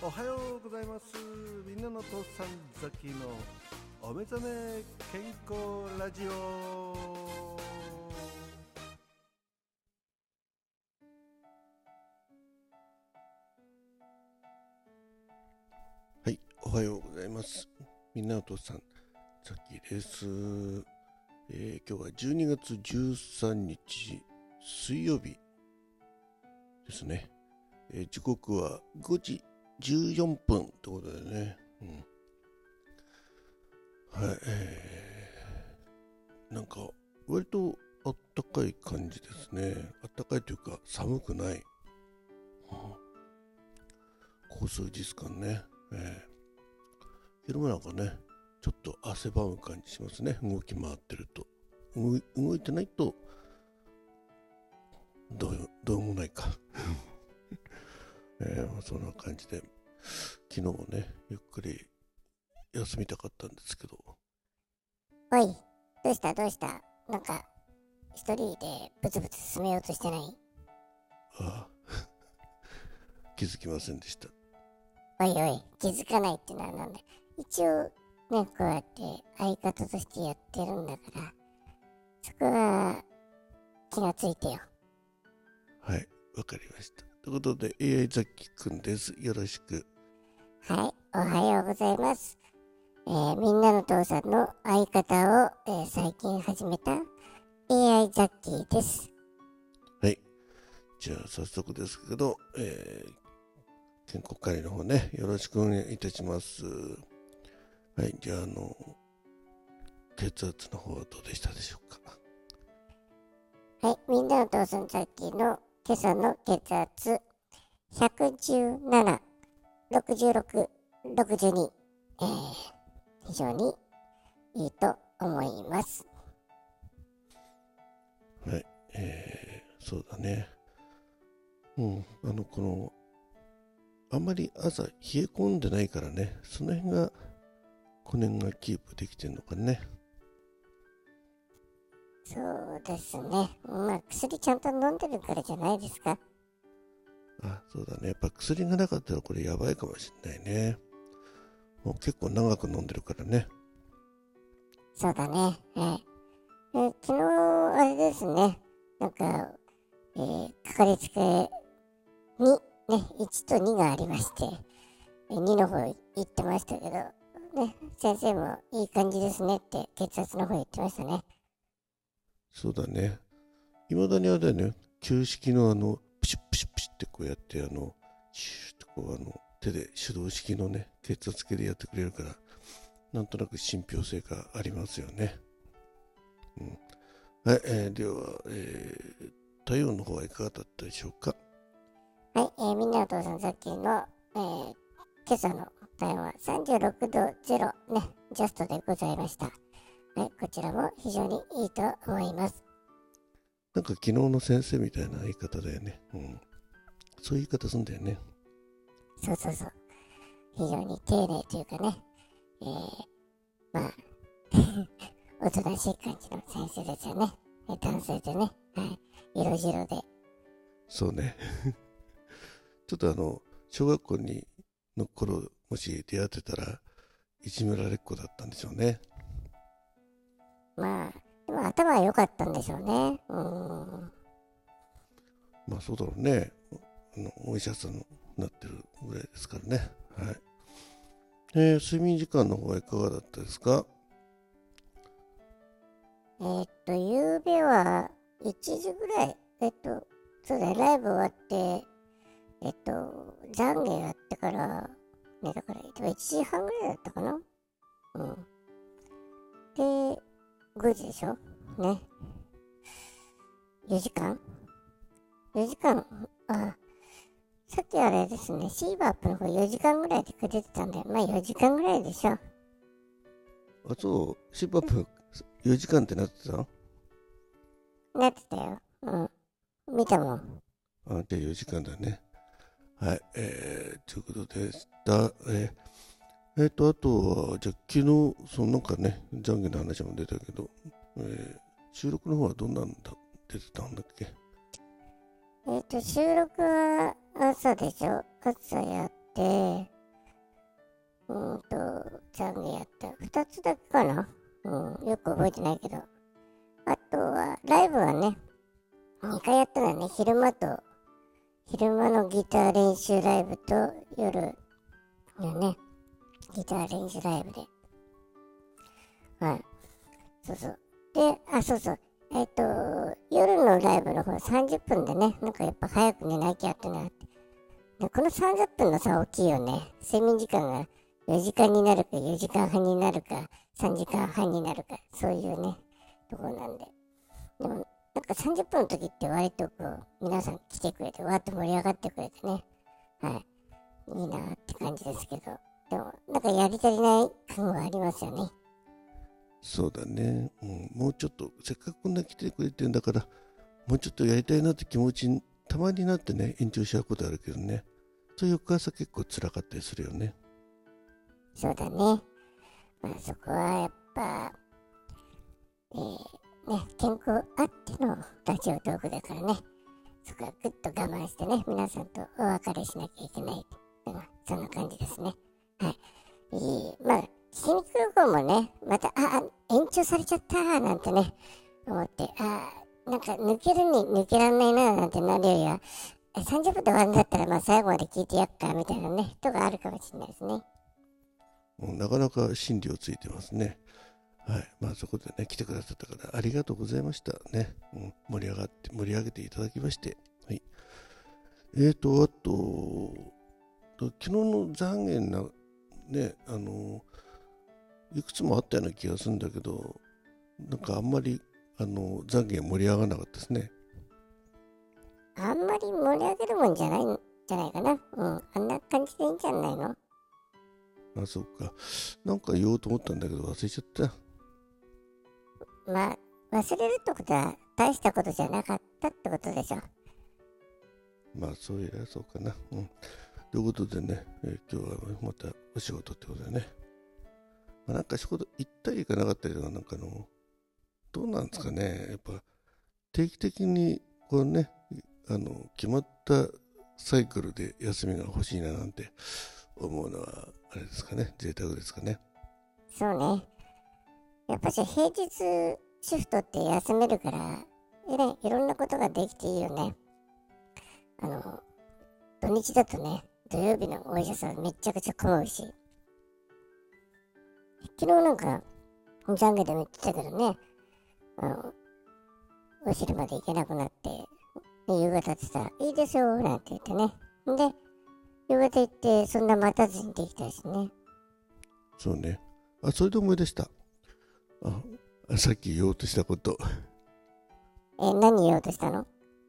おはようございます。みんなの父さんザキのお目覚め健康ラジオ。はい、おはようございます。みんなの父さんザキです。今日は12月13日水曜日ですね。時刻は5時14分ってことでね、はい、なんか割とあったかい感じですね。あったかいというか寒くない、ここ数日間ね、昼間なんかねちょっと汗ばむ感じしますね。動き回ってると。動いてないとどうもないか、そんな感じで昨日もねゆっくり休みたかったんですけど。 おい、どうしたなんか、一人でブツブツ進めようとしてない？ ああ気づきませんでした。 おい、気づかないってのはなんだ。一応、ね、こうやって相方としてやってるんだから、そこは気がついてよ。 はい、わかりました。ということで AI ザッキくんです。よろしく。 はい、おはようございます。みんなの父さんの相方を、最近始めた AI ザッキーです。 はい、じゃあ早速ですけど、健康管理の方ねよろしくお願いいたします。はい、じゃあ血圧の方はどうでしたでしょうか。 はい、みんなの父さんザッキーの今朝の血圧117、66、62、非常にいいと思います。 はい、そうだね。このあんまり朝冷え込んでないからね、その辺がこの辺がキープできてるのかね。 そうですね。まあ薬ちゃんと飲んでるからじゃないですか。 あ、そうだね。やっぱ薬がなかったらこれやばいかもしれないね。もう結構長く飲んでるからね。 そうだね。はい。昨日あれですね。なんか、かかりつけにね、1と2がありまして、2の方行ってましたけど、ね、先生もいい感じですねって血圧の方言ってましたね。 そうだね。いまだにあれだよね。旧式のプシュップシュップシュッってこうやってシューッとこう手で手動式のね、血圧計でやってくれるから、なんとなく信憑性がありますよね。はい、では、体温の方はいかがだったでしょうか。 はい、みんなの父さんさっきの、今朝の体温は36度0ね、ジャストでございました。はい、こちらも非常にいいと思います。 なんか昨日の先生みたいな言い方だよね。そういう言い方すんだよね。 そう。非常に丁寧というかね、まあ、おとなしい感じの先生ですよね。男性でね、はい、色白で。 そうね。ちょっと小学校の頃、もし出会ってたら、いじめられっ子だったんでしょうね。 まあ、でも頭は良かったんでしょうね。 まあそうだろうね。お医者さんになってるぐらいですからね。はい。睡眠時間の方はいかがだったですか。 夕べは1時ぐらい、そうだね、ライブ終わって、懺悔やってから、ね、だから、1時半ぐらいだったかな。で、5時でしょね。4時間 ?4 時間、さっきあれですね、シーバップの方4時間ぐらいで出てたんで、まあ4時間ぐらいでしょ。 あ、そう、シップアップ4時間ってなってた。 なってたよ。見たもん。 じゃあ4時間だね。はい、ということでした。あとは、じゃあ昨日、なんかね、懺悔の話も出たけど、収録の方はどんなんだ、出てたんだっけ。 収録は朝でしょ。朝やって、 懺悔やった。2つだけかな。よく覚えてないけど。あとは、ライブはね、2回やったのね。昼間のギター練習ライブと夜のね、ギター練習ライブで。はい。そうそう。で、そうそう。夜のライブの方30分でね、なんかやっぱ早く寝なきゃってなって。で、この30分の差大きいよね。睡眠時間が4時間になるか4時間半になるか3時間半になるか、そういうね、ところなんで。でも、なんか30分の時って割とこう、皆さん来てくれて、わーっと盛り上がってくれてね。はい。いいなーって感じですけど。でも、なんかやり足りない感はありますよね。 そうだね、もうちょっとせっかくこんな来てくれてんだからもうちょっとやりたいなって気持ちにたまになってね延長しちゃうことあるけどね、そういう翌朝結構辛かったりするよね。 そうだね。そこはやっぱ、健康あってのラジオトークだからね。そこはぐっと我慢してね、皆さんとお別れしなきゃいけない。そんな感じですね。はい。聞きに来る方もね、また、延長されちゃったーなんてね、思って、なんか抜けるに抜けらんないなーなんてなるよりは、30分で終わるんだったら、最後まで聞いてやっか、みたいなね、人があるかもしれないですね。 なかなか心理をついてますね。はい。そこでね、来てくださった方、ありがとうございましたね。盛り上げていただきまして。はい。あと、昨日の残念な、ね、いくつもあったような気がするんだけど、なんかあんまり、懺悔盛り上がらなかったですね。 あんまり盛り上げるもんじゃないんじゃないかな。あんな感じでいいんじゃないの？ そうか。なんか言おうと思ったんだけど忘れちゃった。 忘れるってことは大したことじゃなかったってことでしょ。 そういやそうかな。ということでね、今日はまたお仕事ってことでね。なんか仕事行ったり行かなかったりとか、なんかどうなんですかね。やっぱ定期的にこうね、決まったサイクルで休みが欲しいななんて思うのはあれですかね、贅沢ですかね。 そうね。やっぱし平日シフトって休めるから、いろんなことができていいよね。土日だとね、土曜日のお医者さんめちゃくちゃ混むし。昨日なんか、懺悔でも言ってたけどね、お昼まで行けなくなって、夕方ってさ、いいですよ、なんて言ってね。で、夕方行って、そんな待たずにできたしね。 そうね。それで思い出した。さっき言おうとしたこと。 何言おうとしたの？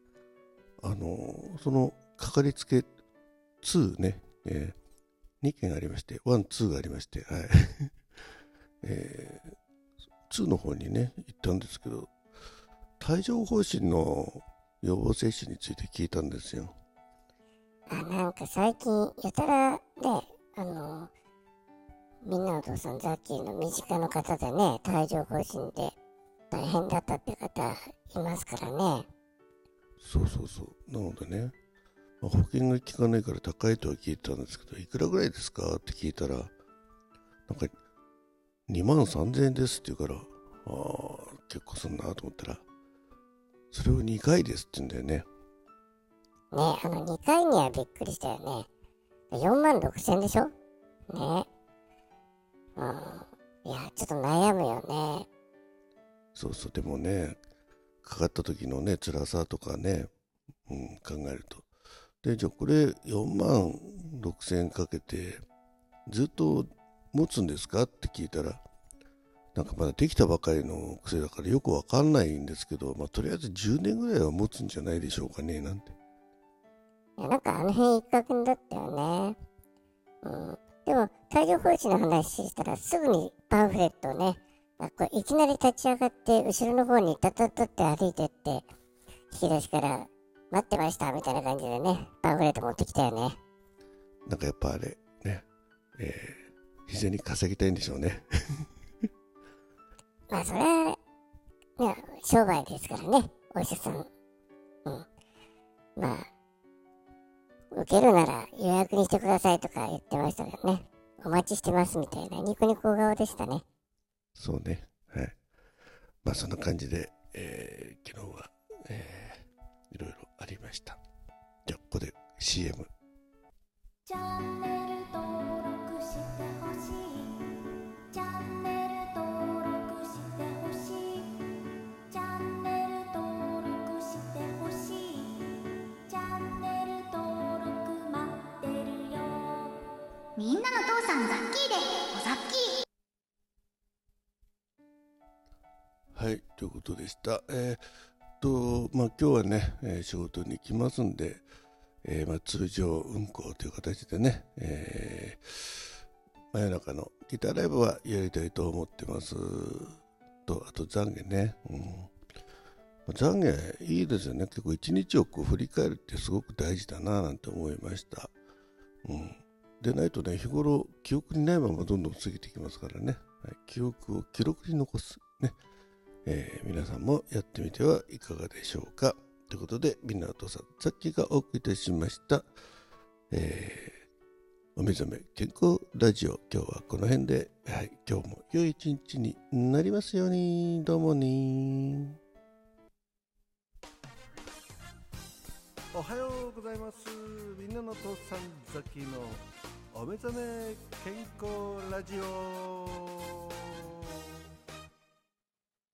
その、かかりつけ2ね、2件ありまして、1、2がありまして、はい。2の方にね、行ったんですけど、帯状疱疹の予防接種について聞いたんですよ。 なんか最近、やたらね、みんなのお父さん、ザッキーの身近の方でね、帯状疱疹で大変だったって方いますからね。 そう。なのでね、保険が効かないから高いとは聞いてたんですけど、いくらぐらいですかって聞いたら、なんか23,000円ですって言うから、結構すんなと思ったら、それを2回ですって言うんだよね。 2回にはびっくりしたよね。46,000円でしょね。いや、ちょっと悩むよね。 そう、でもね、かかった時のね、辛さとかね、考えると。で、じゃあこれ46,000円かけて、ずっと持つんですかって聞いたら、なんかまだできたばかりの薬だからよくわかんないんですけど、とりあえず10年ぐらいは持つんじゃないでしょうかね、なんて。 いや、なんか辺一角だったよね。でも、帯状疱疹の話したらすぐにパンフレットをね、いきなり立ち上がって後ろの方にタタタって歩いてって引き出しから待ってましたみたいな感じでね、パンフレット持ってきたよね。 なんかやっぱあれね、非常に稼ぎたいんでしょうね。 それは、商売ですからね、お医者さん。受けるなら予約にしてくださいとか言ってましたけどね。 お待ちしてますみたいなニコニコ顔でしたね。 そうね。はい。まあそんな感じで、昨日は、いろいろありました。じゃあここで CM。 チャンネル登録してほしい。チャンネル登録してほしい。チャンネル登録してほしい。チャンネル登録待ってるよ。みんなの父さんザッキーでおザッキー。 はい、ということでした。まあ今日はね、仕事に行きますんで、通常運行という形でね、真夜中のギターライブはやりたいと思ってますと、あと懺悔ね、懺悔いいですよね。結構一日をこう振り返るってすごく大事だななんて思いました。でないとね、日頃記憶にないままどんどん過ぎてきますからね、はい、記憶を記録に残すね、皆さんもやってみてはいかがでしょうか。ということで、みんなのお父さんザッキーがお送りいたしました、お目覚め健康ラジオ、今日はこの辺で、はい、今日も良い一日になりますように。どうもね。おはようございます。みんなのお父さんザッキーのお目覚め健康ラジオ。